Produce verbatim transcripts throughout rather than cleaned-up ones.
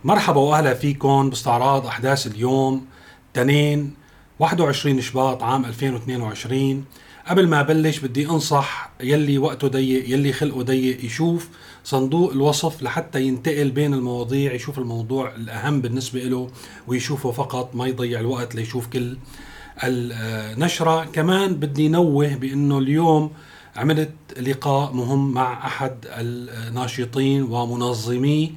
مرحبا واهلا فيكم باستعراض احداث اليوم تنين واحد وعشرين شباط عام ألفين واثنين وعشرين. قبل ما ابلش بدي انصح يلي وقته ضيق، يلي خلقه ضيق، يشوف صندوق الوصف لحتى ينتقل بين المواضيع، يشوف الموضوع الاهم بالنسبة له ويشوفه فقط، ما يضيع الوقت ليشوف كل النشرة. كمان بدي نوه بانه اليوم عملت لقاء مهم مع احد الناشطين ومنظمي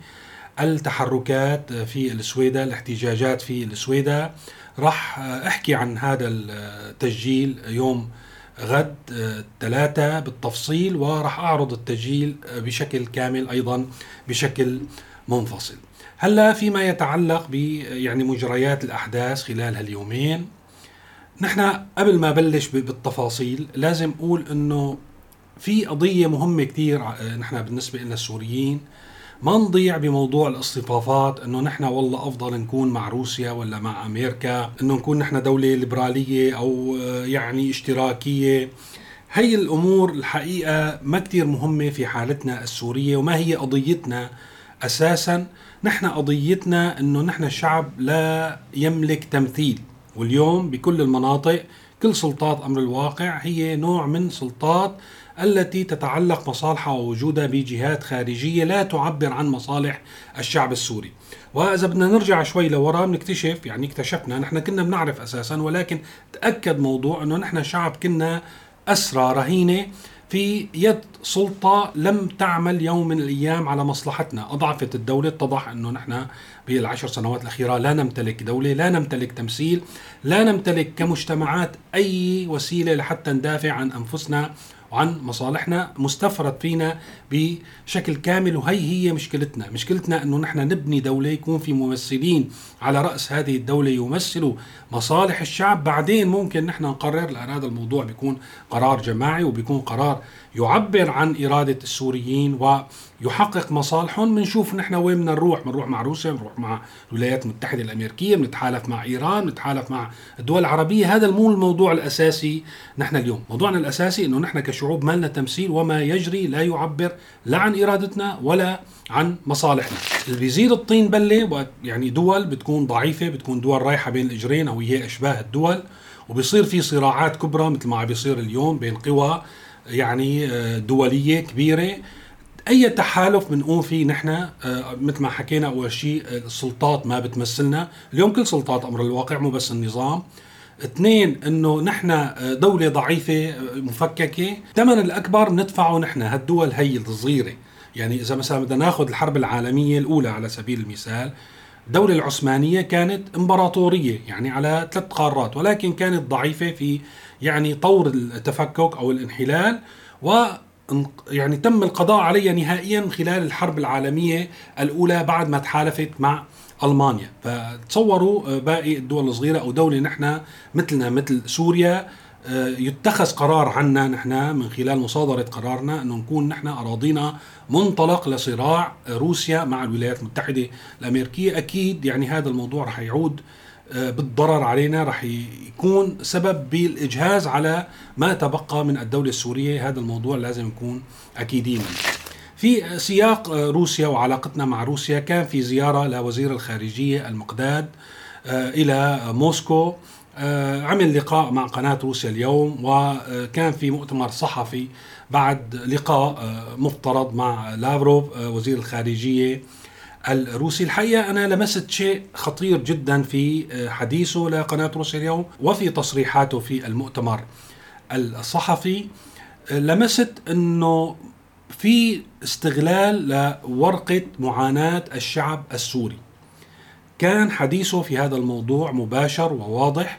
التحركات في السويداء، الاحتجاجات في السويداء. راح احكي عن هذا التسجيل يوم غد ثلاثة بالتفصيل، وراح اعرض التسجيل بشكل كامل ايضا بشكل منفصل. هلا فيما يتعلق ب يعني مجريات الاحداث خلال هاليومين، نحن قبل ما بلش بالتفاصيل لازم اقول انه في قضية مهمة كتير نحن بالنسبة لنا السوريين، ما نضيع بموضوع الاصطفافات، انه نحن والله افضل نكون مع روسيا ولا مع امريكا، انه نكون نحن دولة ليبرالية او يعني اشتراكية. هي الامور الحقيقة ما كتير مهمة في حالتنا السورية، وما هي قضيتنا اساسا. نحن قضيتنا انه نحن الشعب لا يملك تمثيل، واليوم بكل المناطق كل سلطات امر الواقع هي نوع من سلطات التي تتعلق مصالحها ووجودها بجهات خارجية لا تعبر عن مصالح الشعب السوري. وإذا بدنا نرجع شوي لورا بنكتشف، يعني اكتشفنا نحن كنا بنعرف أساسا، ولكن تأكد موضوع أنه نحن شعب كنا أسرى رهينة في يد سلطة لم تعمل يوم من الأيام على مصلحتنا. أضعفت الدولة، اتضح أنه نحن بالعشر سنوات الأخيرة لا نمتلك دولة، لا نمتلك تمثيل، لا نمتلك كمجتمعات أي وسيلة لحتى ندافع عن أنفسنا وعن مصالحنا. مستفرد فينا بشكل كامل، وهي هي مشكلتنا. مشكلتنا أنه نحن نبني دولة يكون في ممثلين على رأس هذه الدولة يمثلوا مصالح الشعب، بعدين ممكن نحن نقرر، لأن هذا الموضوع بيكون قرار جماعي وبيكون قرار يعبر عن إرادة السوريين ويحقق مصالحهم. بنشوف نحن وين بدنا نروح، بنروح مع روسيا، بنروح مع الولايات المتحدة الأمريكية، بنتحالف مع إيران، بنتحالف مع الدول العربية. هذا مو الموضوع الأساسي. نحن اليوم موضوعنا الأساسي أنه نحن كشعوب ما لنا تمثيل، وما يجري لا يعبر لا عن إرادتنا ولا عن مصالحنا. اللي بيزيد الطين بلة، يعني دول بتكون ضعيفة، بتكون دول رايحة بين الإجرين أو هي أشباه الدول، وبيصير في صراعات كبرى مثل ما عم بيصير اليوم بين قوى يعني دولية كبيرة. أي تحالف بنقوم فيه نحن مثل ما حكينا، أول شيء السلطات ما بتمثلنا اليوم، كل سلطات أمر الواقع مو بس النظام. اثنين، انه نحن دولة ضعيفة مفككة، الثمن الاكبر بندفعه نحن هالدول هي الصغيرة. يعني اذا مثلا بدنا ناخذ الحرب العالمية الاولى على سبيل المثال، الدولة العثمانية كانت امبراطورية يعني على ثلاث قارات، ولكن كانت ضعيفة في يعني طور التفكك او الانحلال، و يعني تم القضاء عليها نهائيا خلال الحرب العالمية الأولى بعد ما تحالفت مع ألمانيا. فتصوروا باقي الدول الصغيرة أو دولة نحن مثلنا مثل سوريا يتخذ قرار عنا نحن من خلال مصادرة قرارنا أنه نكون نحن أراضينا منطلق لصراع روسيا مع الولايات المتحدة الأمريكية. أكيد يعني هذا الموضوع رح يعود بالضرر علينا، رح يكون سبب بالإجهاز على ما تبقى من الدولة السورية. هذا الموضوع لازم نكون أكيدين. في سياق روسيا وعلاقتنا مع روسيا، كان في زيارة لوزير الخارجية المقداد إلى موسكو، عمل لقاء مع قناة روسيا اليوم، وكان في مؤتمر صحفي بعد لقاء مفترض مع لافروف وزير الخارجية الروسي. الحقيقة أنا لمست شيء خطير جدا في حديثه لقناة روسيا اليوم وفي تصريحاته في المؤتمر الصحفي. لمست أنه في استغلال لورقة معاناة الشعب السوري. كان حديثه في هذا الموضوع مباشر وواضح،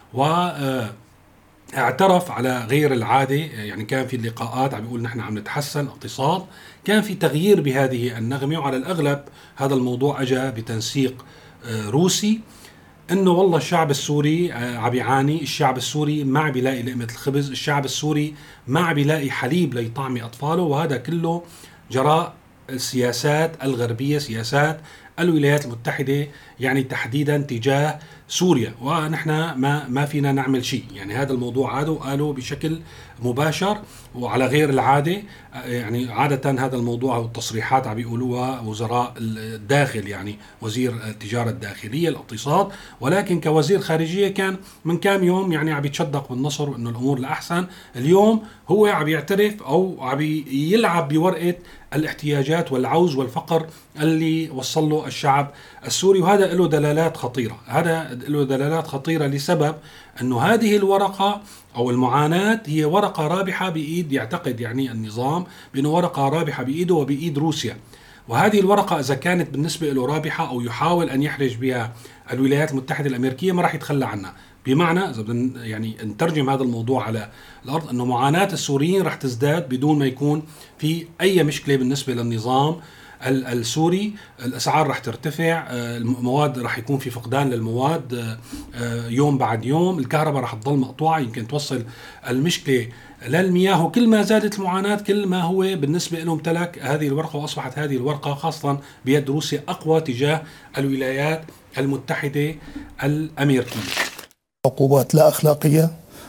واعترف على غير العادة. يعني كان في اللقاءات عم يقول نحن عم نتحسن اقتصاد، كان في تغيير بهذه النغمة، وعلى الأغلب هذا الموضوع أجا بتنسيق روسي، انه والله الشعب السوري عم يعاني، الشعب السوري ما عم بيلاقي لقمة الخبز، الشعب السوري ما عم بيلاقي حليب ليطعمي اطفاله، وهذا كله جراء السياسات الغربية، سياسات الولايات المتحدة يعني تحديدا تجاه سوريا، ونحن ما ما فينا نعمل شيء. يعني هذا الموضوع هذا قالوا بشكل مباشر وعلى غير العادة. يعني عادة هذا الموضوع والتصريحات عم بيقولوها وزراء الداخل، يعني وزير التجارة الداخلية الاقتصاد، ولكن كوزير خارجية كان من كام يوم يعني عم يتشدق بالنصر وانه الامور لأحسن. اليوم هو عم يعترف او عم يلعب بورقة الاحتياجات والعوز والفقر اللي وصل له الشعب السوري، وهذا له دلالات خطيرة. هذا له دلالات خطيرة لسبب أنه هذه الورقة أو المعاناة هي ورقة رابحة بإيد، يعتقد يعني النظام بأنه ورقة رابحة بإيده وبإيد روسيا. وهذه الورقة إذا كانت بالنسبة له رابحة أو يحاول أن يحرج بها الولايات المتحدة الأمريكية ما راح يتخلى عنها. بمعنى إذا بدنا يعني نترجم هذا الموضوع على الأرض، أنه معاناة السوريين راح تزداد بدون ما يكون في أي مشكلة بالنسبة للنظام السوري. الأسعار راح ترتفع، المواد راح يكون في فقدان للمواد يوم بعد يوم، الكهرباء راح تضل مقطوعة، يمكن توصل المشكلة للمياه. وكل ما زادت المعاناة كل ما هو بالنسبة له امتلك هذه الورقة، وأصبحت هذه الورقة خاصة بيد روسيا أقوى تجاه الولايات المتحدة الأمريكية. عقوبات لا أخلاقية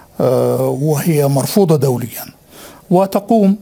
وهي مرفوضة دوليا، وتقوم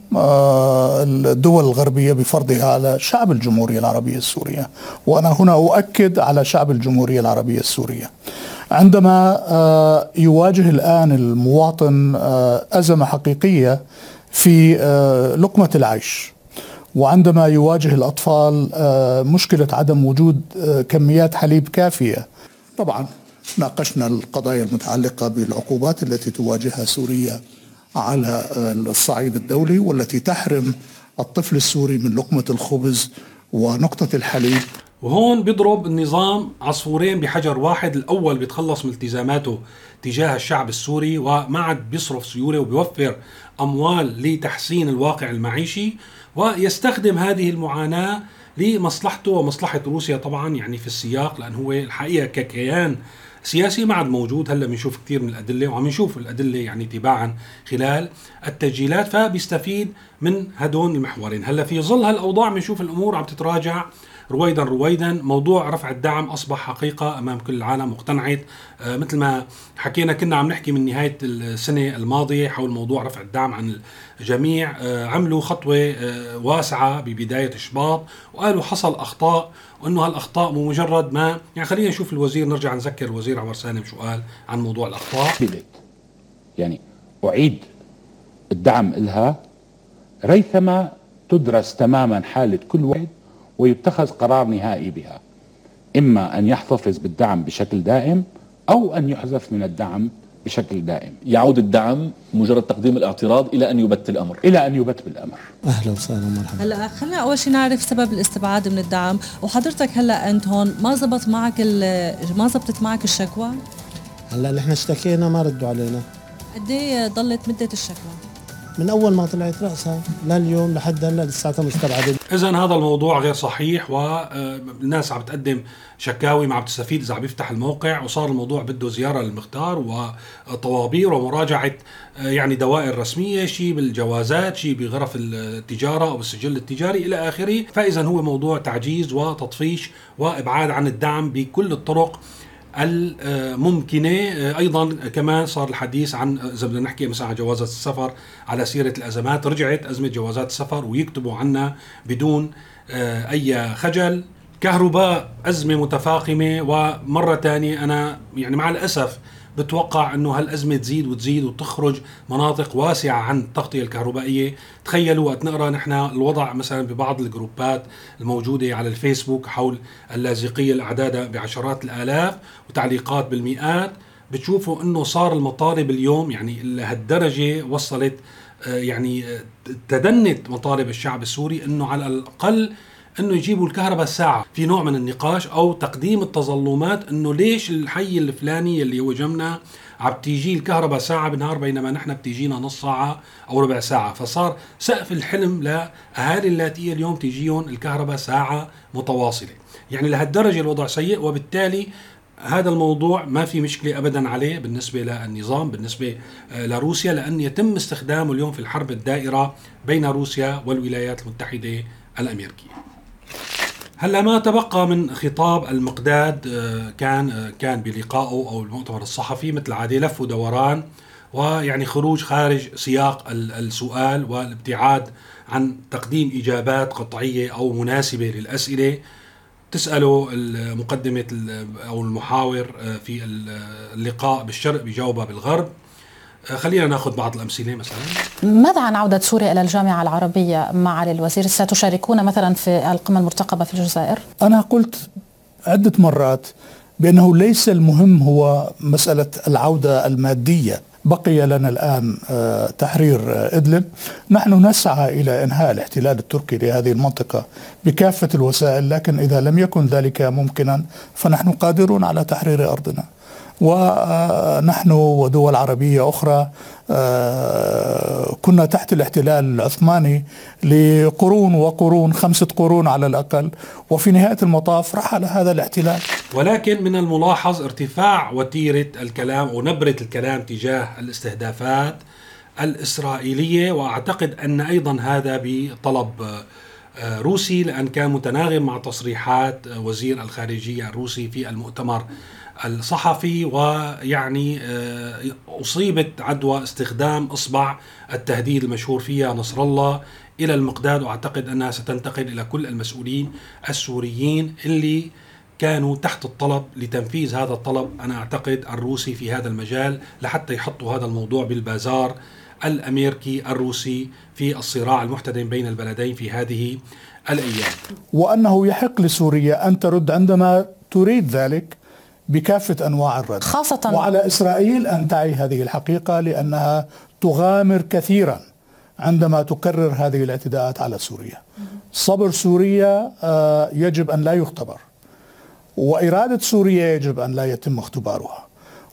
الدول الغربية بفرضها على شعب الجمهورية العربية السورية. وأنا هنا أؤكد على شعب الجمهورية العربية السورية. عندما يواجه الآن المواطن أزمة حقيقية في لقمة العيش، وعندما يواجه الأطفال مشكلة عدم وجود كميات حليب كافية، طبعا ناقشنا القضايا المتعلقة بالعقوبات التي تواجهها سوريا على الصعيد الدولي، والتي تحرم الطفل السوري من لقمة الخبز ونقطة الحليب. وهون بيضرب النظام عصفورين بحجر واحد. الأول بيتخلص من التزاماته تجاه الشعب السوري وما عاد بيصرف سيولة وبيوفر أموال لتحسين الواقع المعيشي، ويستخدم هذه المعاناة لمصلحته ومصلحة روسيا طبعا يعني في السياق، لأن هو الحقيقة ككيان سياسي ما عاد موجود. هلا بنشوف كثير من الأدلة وعم نشوف الأدلة يعني تباعا خلال التسجيلات، فبيستفيد من هدول المحورين. هلا في ظل هالأوضاع بنشوف الأمور عم تتراجع رويدا رويدا. موضوع رفع الدعم أصبح حقيقة أمام كل العالم، مقتنعت آه مثل ما حكينا كنا عم نحكي من نهاية السنة الماضية حول موضوع رفع الدعم عن الجميع. آه عملوا خطوة آه واسعة ببداية شباط وقالوا حصل أخطاء، وأنه هالأخطاء مو مجرد ما يعني خلينا نشوف الوزير، نرجع نذكر الوزير عمر سالم شو قال عن موضوع الأخطاء. يعني أعيد الدعم إلها ريثما تدرس تماما حالة كل واحد ويتخذ قرار نهائي بها، إما أن يحتفظ بالدعم بشكل دائم أو أن يحذف من الدعم بشكل دائم. يعود الدعم مجرد تقديم الاعتراض إلى أن يبت الأمر إلى أن يبت بالأمر. أهلا وسهلا ومرحبا. هلا خلينا أول شيء نعرف سبب الاستبعاد من الدعم. وحضرتك هلا أنت هون ما زبط معك ما زبطت معك الشكوى؟ هلا نحن اشتكينا ما ردوا علينا. قد ايه ضلت مدة الشكوى؟ من أول ما طلعت رأسها لليوم لحد هلا لساتها مستبعدة. إذا هذا الموضوع غير صحيح، والناس عم تقدم شكاوي ما عم تستفيد إذا عم يفتح الموقع، وصار الموضوع بده زيارة للمختار وطوابير ومراجعة يعني دوائر رسمية، شيء بالجوازات، شيء بغرف التجارة أو بالسجل التجاري إلى آخره. فإذا هو موضوع تعجيز وتطفيش وإبعاد عن الدعم بكل الطرق الممكنة. أيضا كمان صار الحديث عن إذا بدنا نحكي مثلا عن جوازات السفر، على سيرة الأزمات رجعت أزمة جوازات السفر ويكتبوا عنا بدون أي خجل. كهرباء أزمة متفاقمة، ومرة تانية أنا يعني مع الأسف بتوقع أنه هالأزمة تزيد وتزيد وتخرج مناطق واسعة عن التغطية الكهربائية. تخيلوا وقت نقرأ نحن الوضع مثلا ببعض الجروبات الموجودة على الفيسبوك حول اللاذقية الأعداد بعشرات الآلاف وتعليقات بالمئات، بتشوفوا أنه صار المطالب اليوم يعني لهالدرجة وصلت يعني تدنت مطالب الشعب السوري أنه على الأقل انه يجيبوا الكهرباء ساعة. في نوع من النقاش او تقديم التظلمات انه ليش الحي الفلاني اللي هو جنبنا عم تيجي الكهرباء ساعة بالنهار بينما نحن بتيجينا نص ساعة او ربع ساعة. فصار سقف الحلم لأهالي اللاتية اليوم تيجيهم الكهرباء ساعة متواصلة. يعني لهالدرجة الوضع سيء، وبالتالي هذا الموضوع ما في مشكلة أبدا عليه بالنسبة للنظام، بالنسبة لروسيا، لأن يتم استخدامه اليوم في الحرب الدائرة بين روسيا والولايات المتحدة الأمريكية. هلا ما تبقى من خطاب المقداد كان كان بلقائه أو المؤتمر الصحفي مثل عادي لف ودوران، ويعني خروج خارج سياق السؤال والابتعاد عن تقديم إجابات قطعية أو مناسبة للأسئلة تسأله المقدمة أو المحاور في اللقاء بالشرق بجاوبها بالغرب. خلينا ناخذ بعض الأمثلة. مثلا ماذا عن عودة سوريا إلى الجامعة العربية معالي الوزير؟ ستشاركون مثلا في القمة المرتقبة في الجزائر؟ أنا قلت عدة مرات بأنه ليس المهم هو مسألة العودة المادية. بقي لنا الآن تحرير إدلب. نحن نسعى إلى إنهاء الاحتلال التركي لهذه المنطقة بكافة الوسائل، لكن إذا لم يكن ذلك ممكنا فنحن قادرون على تحرير أرضنا. ونحن ودول عربية أخرى كنا تحت الاحتلال العثماني لقرون وقرون، خمسة قرون على الأقل، وفي نهاية المطاف رحل هذا الاحتلال. ولكن من الملاحظ ارتفاع وتيرة الكلام ونبرة الكلام تجاه الاستهدافات الإسرائيلية، وأعتقد أن أيضا هذا بطلب روسي، لأن كان متناغم مع تصريحات وزير الخارجية الروسي في المؤتمر الصحفي. ويعني أصيبت عدوى استخدام إصبع التهديد المشهور فيها نصر الله إلى المقداد، وأعتقد أنها ستنتقل إلى كل المسؤولين السوريين اللي كانوا تحت الطلب لتنفيذ هذا الطلب، أنا أعتقد الروسي في هذا المجال، لحتى يحطوا هذا الموضوع بالبازار الأمريكي الروسي في الصراع المحتدم بين البلدين في هذه الأيام. وأنه يحق لسوريا أن ترد عندما تريد ذلك بكافة أنواع الرد، خاصة وعلى إسرائيل أن تعي هذه الحقيقة، لأنها تغامر كثيرا عندما تكرر هذه الاعتداءات على سوريا. صبر سوريا يجب أن لا يختبر، وإرادة سوريا يجب أن لا يتم اختبارها.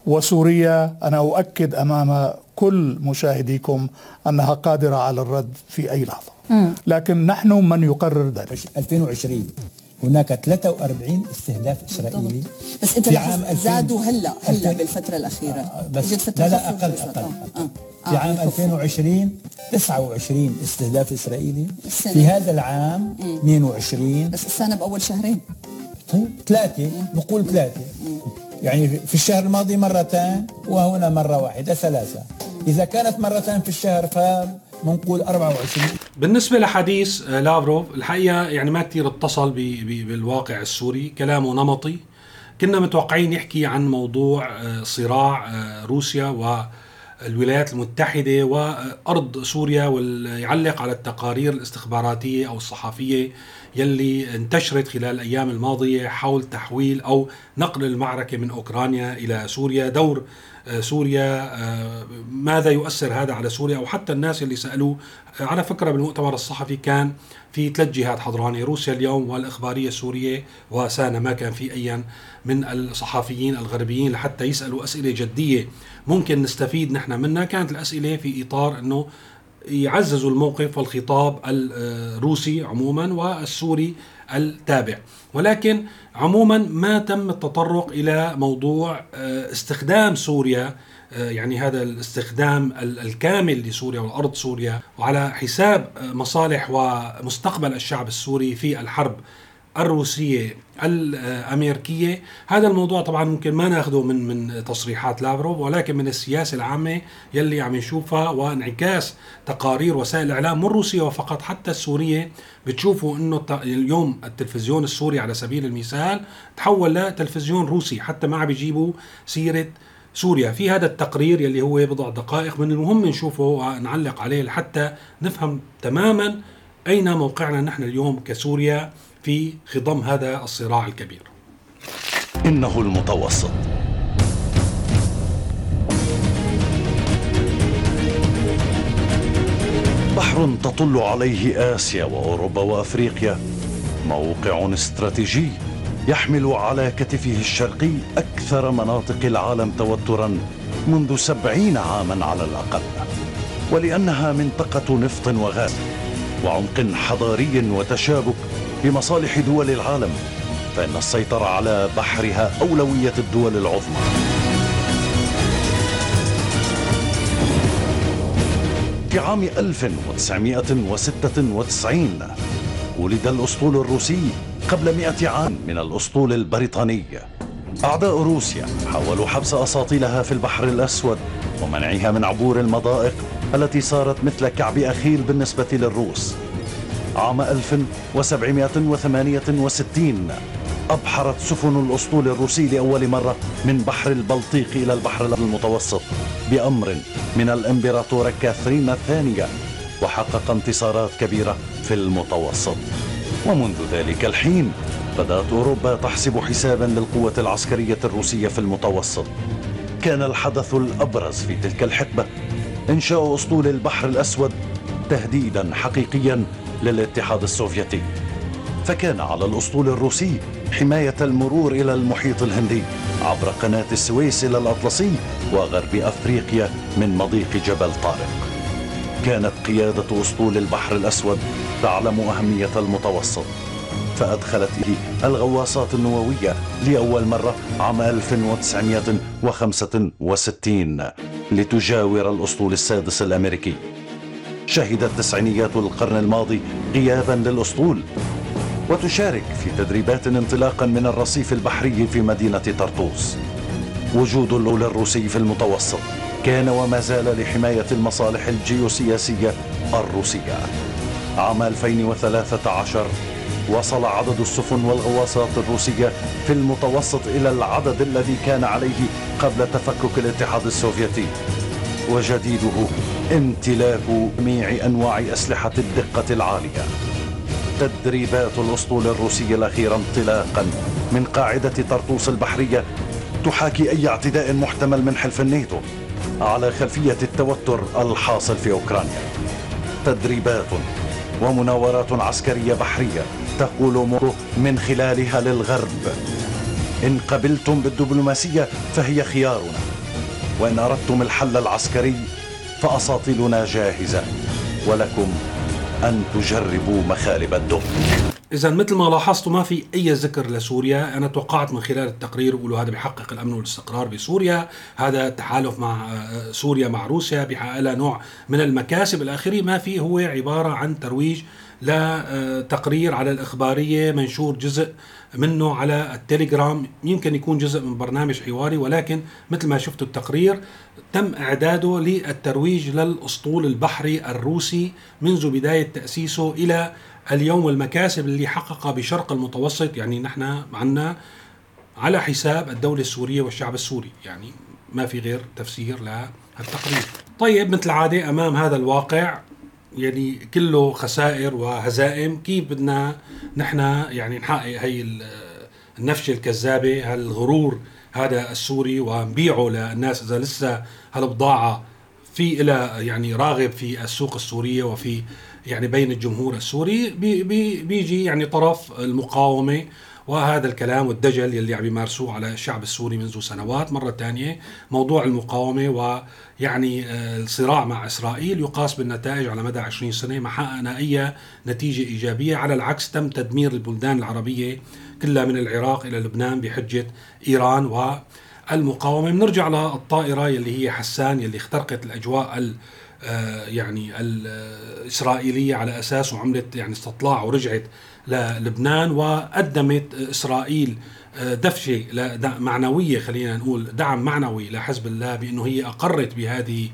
وسوريا أنا أؤكد أمام كل مشاهديكم أنها قادرة على الرد في أي لحظة، لكن نحن من يقرر ذلك. ألفين وعشرين هناك ثلاثة وأربعين استهداف إسرائيلي، بس انت زادوا هلا هلا بالفترة الأخيرة. بس لا لا أقل أقل, أقل. آه. في عام ألفين وعشرين تسعة وعشرين استهداف إسرائيلي، في هذا العام اثنين وعشرين، بس السنة بأول شهرين. طيب ثلاثة، نقول ثلاثة، يعني في الشهر الماضي مرتين وهنا مرة واحدة، ثلاثة. إذا كانت مرتين في الشهر فمنقول أربعة وعشرين. بالنسبة لحديث لافروف الحقيقة يعني ما كتير اتصل بالواقع السوري، كلامه نمطي. كنا متوقعين يحكي عن موضوع صراع روسيا والولايات المتحدة وأرض سوريا، ويعلق على التقارير الاستخباراتية أو الصحفية يلي انتشرت خلال الأيام الماضية حول تحويل أو نقل المعركة من أوكرانيا إلى سوريا، دور سوريا، ماذا يؤثر هذا على سوريا، أو حتى الناس اللي سألوه. على فكرة بالمؤتمر الصحفي كان في ثلاث جهات حضرانية، روسيا اليوم والإخبارية السورية وسانا، ما كان في أي من الصحفيين الغربيين لحتى يسألوا أسئلة جدية ممكن نستفيد نحن منها. كانت الأسئلة في إطار أنه يعززوا الموقف والخطاب الروسي عموما والسوري التابع، ولكن عموما ما تم التطرق إلى موضوع استخدام سوريا، يعني هذا الاستخدام الكامل لسوريا والأرض سوريا وعلى حساب مصالح ومستقبل الشعب السوري في الحرب الروسية الأمريكية. هذا الموضوع طبعا ممكن ما ناخده من من تصريحات لافروف، ولكن من السياسة العامة يلي عم نشوفها وانعكاس تقارير وسائل الإعلام من روسيا وفقط، حتى السورية بتشوفوا انه اليوم التلفزيون السوري على سبيل المثال تحول لتلفزيون روسي، حتى ما عم بيجيبوا سيرة سوريا في هذا التقرير يلي هو بضع دقائق. من المهم نشوفه ونعلق عليه لحتى نفهم تماما أين موقعنا نحن اليوم كسوريا في خضم هذا الصراع الكبير. إنه المتوسط، بحر تطل عليه آسيا وأوروبا وأفريقيا، موقع استراتيجي يحمل على كتفه الشرقي أكثر مناطق العالم توترا منذ سبعين عاما على الأقل. ولأنها منطقة نفط وغاز وعمق حضاري وتشابك بمصالح دول العالم، فإن السيطرة على بحرها أولوية الدول العظمى. في عام ألف وتسعمائة وستة وتسعين ولد الأسطول الروسي قبل مئة عام من الأسطول البريطاني. أعداء روسيا حاولوا حبس أساطيلها في البحر الأسود ومنعها من عبور المضائق التي صارت مثل كعب أخيل بالنسبة للروس. عام ألف وسبعمئة وثمانية وستين أبحرت سفن الأسطول الروسي لأول مرة من بحر البلطيق إلى البحر المتوسط بأمر من الإمبراطورة كاثرين الثانية، وحقق انتصارات كبيرة في المتوسط. ومنذ ذلك الحين بدأت أوروبا تحسب حسابا للقوة العسكرية الروسية في المتوسط. كان الحدث الأبرز في تلك الحقبة إنشاء أسطول البحر الأسود تهديدا حقيقيا للاتحاد السوفيتي، فكان على الأسطول الروسي حماية المرور إلى المحيط الهندي عبر قناة السويس إلى الأطلسي وغرب أفريقيا من مضيق جبل طارق. كانت قيادة أسطول البحر الأسود تعلم أهمية المتوسط، فأدخلت إليه الغواصات النووية لأول مرة عام ألف وتسعمئة وخمسة وستين لتجاور الأسطول السادس الأمريكي. شهدت تسعينيات القرن الماضي غيابا للأسطول، وتشارك في تدريبات انطلاقا من الرصيف البحري في مدينة طرطوس. وجود الأسطول الروسي في المتوسط كان وما زال لحماية المصالح الجيوسياسية الروسية. عام ألفين وثلاثة عشر وصل عدد السفن والغواصات الروسية في المتوسط إلى العدد الذي كان عليه قبل تفكك الاتحاد السوفيتي، وجديده امتلاك جميع أنواع أسلحة الدقة العالية. تدريبات الأسطول الروسي الأخيرة انطلاقا من قاعدة طرطوس البحرية تحاكي أي اعتداء محتمل من حلف الناتو على خلفية التوتر الحاصل في أوكرانيا. تدريبات ومناورات عسكرية بحرية تقول موسكو من خلالها للغرب: إن قبلتم بالدبلوماسية فهي خيارنا، وإن أردتم الحل العسكري فأساطيلنا جاهزة، ولكم أن تجربوا مخالب الدب. إذا مثل ما لاحظتوا ما في أي ذكر لسوريا. أنا توقعت من خلال التقرير يقولوا هذا بيحقق الأمن والاستقرار بسوريا، هذا تحالف مع سوريا مع روسيا بيحقق لها نوع من المكاسب الآخري. ما في، هو عبارة عن ترويج لتقرير على الإخبارية منشور جزء منه على التليجرام، يمكن يكون جزء من برنامج حواري، ولكن مثل ما شفتوا التقرير تم إعداده للترويج للأسطول البحري الروسي منذ بداية تأسيسه إلى اليوم، والمكاسب اللي حققها بشرق المتوسط. يعني نحن معنا على حساب الدولة السورية والشعب السوري، يعني ما في غير تفسير للتقرير. طيب، مثل العادة أمام هذا الواقع يعني كله خسائر وهزائم، كيف بدنا نحن يعني نحقق هي النفشة الكذابة، هالغرور هذا السوري، ونبيعه للناس إذا لسه هالبضاعة في إلى يعني راغب في السوق السورية وفي يعني بين الجمهور السوري. بي بي بيجي يعني طرف المقاومة وهذا الكلام والدجل يلي عم يمارسوه على الشعب السوري منذ سنوات. مرة تانية موضوع المقاومة ويعني الصراع مع إسرائيل يقاس بالنتائج على مدى عشرين سنة ما حققنا أي نتيجة إيجابية، على العكس تم تدمير البلدان العربية كلها من العراق إلى لبنان بحجة إيران والمقاومة. بنرجع للطائرة يلي هي حسان يلي اخترقت الأجواء ال يعني الإسرائيلية على أساس وعملت يعني استطلاع ورجعت للبنان، وقدمت إسرائيل دفشة معنوية، خلينا نقول دعم معنوي لحزب الله، بأنه هي أقرت بهذه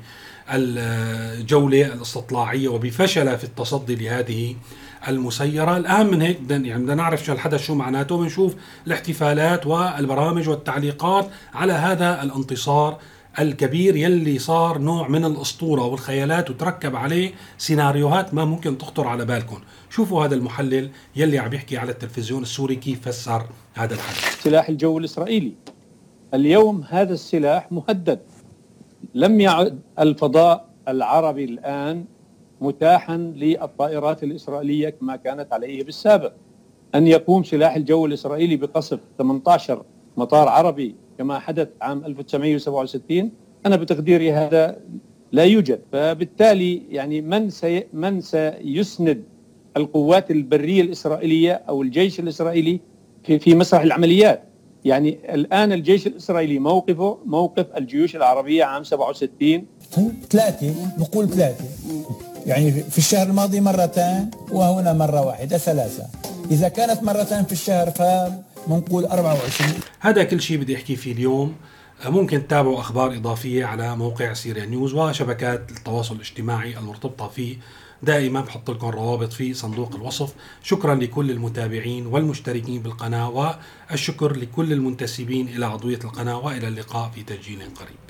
الجولة الاستطلاعية وبفشل في التصدي لهذه المسيرة. الأهم من هيك يعني بدنا نعرف شو الحدث شو معناته. بنشوف الاحتفالات والبرامج والتعليقات على هذا الانتصار الكبير يلي صار نوع من الأسطورة والخيالات، وتركب عليه سيناريوهات ما ممكن تخطر على بالكم. شوفوا هذا المحلل يلي عم يحكي على التلفزيون السوري كيف فسر هذا الحدث. سلاح الجو الإسرائيلي اليوم، هذا السلاح مهدد. لم يعد الفضاء العربي الآن متاحا للطائرات الإسرائيلية كما كانت عليه بالسابق. أن يقوم سلاح الجو الإسرائيلي بقصف ثمانية عشر مطار عربي كما حدث عام ألف وتسعمئة وسبعة وستين، أنا بتقديري هذا لا يوجد. فبالتالي يعني من سي من سيسند القوات البرية الإسرائيلية أو الجيش الإسرائيلي في في مسرح العمليات؟ يعني الآن الجيش الإسرائيلي موقفه موقف الجيوش العربية عام سبعة وستين. ثلاثة، بقول ثلاثة، يعني في الشهر الماضي مرتين وهنا مرة واحدة، ثلاثة. إذا كانت مرتين في الشهر فمنقول أربعة وعشرين. هذا كل شيء بدي أحكي فيه اليوم. ممكن تتابعوا أخبار إضافية على موقع سيريا نيوز وشبكات التواصل الاجتماعي المرتبطة فيه. دائما بحط لكم روابط في صندوق الوصف. شكرا لكل المتابعين والمشتركين بالقناة، والشكر لكل المنتسبين إلى عضوية القناة، وإلى اللقاء في تسجيل قريب.